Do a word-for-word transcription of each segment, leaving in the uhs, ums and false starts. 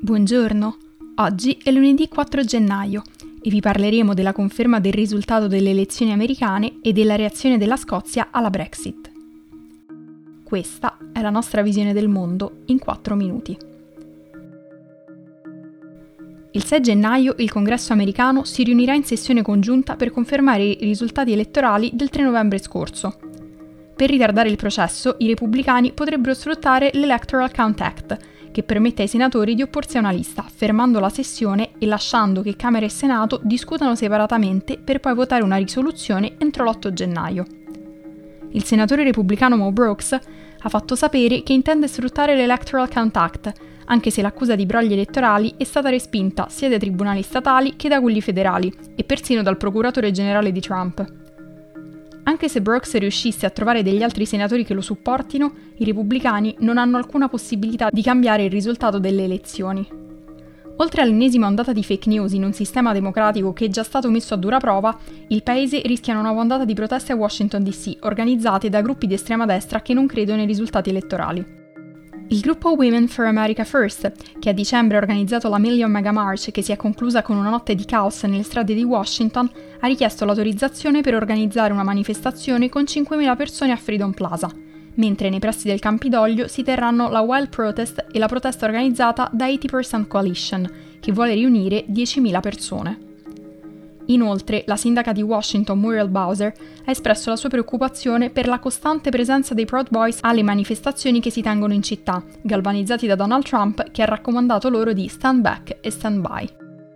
Buongiorno, oggi è lunedì quattro gennaio e vi parleremo della conferma del risultato delle elezioni americane e della reazione della Scozia alla Brexit. Questa è la nostra visione del mondo in quattro minuti. Il sei gennaio il Congresso americano si riunirà in sessione congiunta per confermare i risultati elettorali del tre novembre scorso. Per ritardare il processo, i repubblicani potrebbero sfruttare l'Electoral Count Act, che permette ai senatori di opporsi a una lista, fermando la sessione e lasciando che Camera e Senato discutano separatamente per poi votare una risoluzione entro l'otto gennaio. Il senatore repubblicano Mo Brooks ha fatto sapere che intende sfruttare l'Electoral Count Act, anche se l'accusa di brogli elettorali è stata respinta sia dai tribunali statali che da quelli federali, e persino dal procuratore generale di Trump. Anche se Brooks riuscisse a trovare degli altri senatori che lo supportino, i repubblicani non hanno alcuna possibilità di cambiare il risultato delle elezioni. Oltre all'ennesima ondata di fake news in un sistema democratico che è già stato messo a dura prova, il paese rischia una nuova ondata di proteste a Washington D C, organizzate da gruppi di estrema destra che non credono ai risultati elettorali. Il gruppo Women for America First, che a dicembre ha organizzato la Million Mega March che si è conclusa con una notte di caos nelle strade di Washington, ha richiesto l'autorizzazione per organizzare una manifestazione con cinquemila persone a Freedom Plaza, mentre nei pressi del Campidoglio si terranno la Wild Protest e la protesta organizzata da eighty percent Coalition, che vuole riunire diecimila persone. Inoltre, la sindaca di Washington, Muriel Bowser, ha espresso la sua preoccupazione per la costante presenza dei Proud Boys alle manifestazioni che si tengono in città, galvanizzati da Donald Trump, che ha raccomandato loro di stand back e stand by.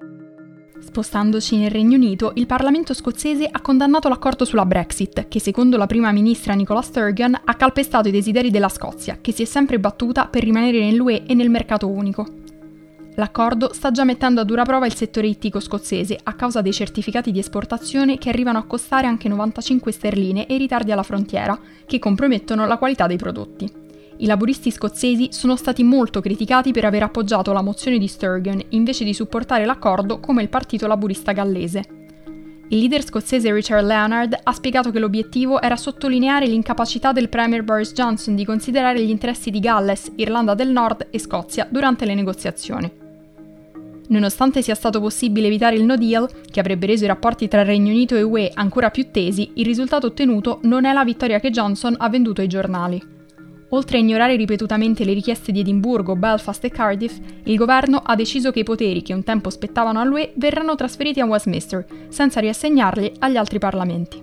Spostandoci nel Regno Unito, il Parlamento scozzese ha condannato l'accordo sulla Brexit, che secondo la prima ministra Nicola Sturgeon ha calpestato i desideri della Scozia, che si è sempre battuta per rimanere nell'U E e nel mercato unico. L'accordo sta già mettendo a dura prova il settore ittico scozzese a causa dei certificati di esportazione che arrivano a costare anche novantacinque sterline e ritardi alla frontiera, che compromettono la qualità dei prodotti. I laburisti scozzesi sono stati molto criticati per aver appoggiato la mozione di Sturgeon invece di supportare l'accordo come il Partito Laburista Gallese. Il leader scozzese Richard Leonard ha spiegato che l'obiettivo era sottolineare l'incapacità del premier Boris Johnson di considerare gli interessi di Galles, Irlanda del Nord e Scozia durante le negoziazioni. Nonostante sia stato possibile evitare il no deal, che avrebbe reso i rapporti tra Regno Unito e U E ancora più tesi, il risultato ottenuto non è la vittoria che Johnson ha venduto ai giornali. Oltre a ignorare ripetutamente le richieste di Edimburgo, Belfast e Cardiff, il governo ha deciso che i poteri che un tempo spettavano all'U E verranno trasferiti a Westminster, senza riassegnarli agli altri parlamenti.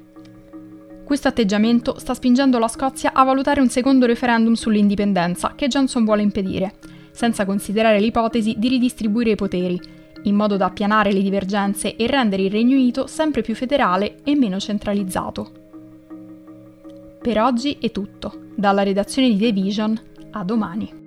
Questo atteggiamento sta spingendo la Scozia a valutare un secondo referendum sull'indipendenza, che Johnson vuole impedire, senza considerare l'ipotesi di ridistribuire i poteri, in modo da appianare le divergenze e rendere il Regno Unito sempre più federale e meno centralizzato. Per oggi è tutto. Dalla redazione di The Vision, a domani.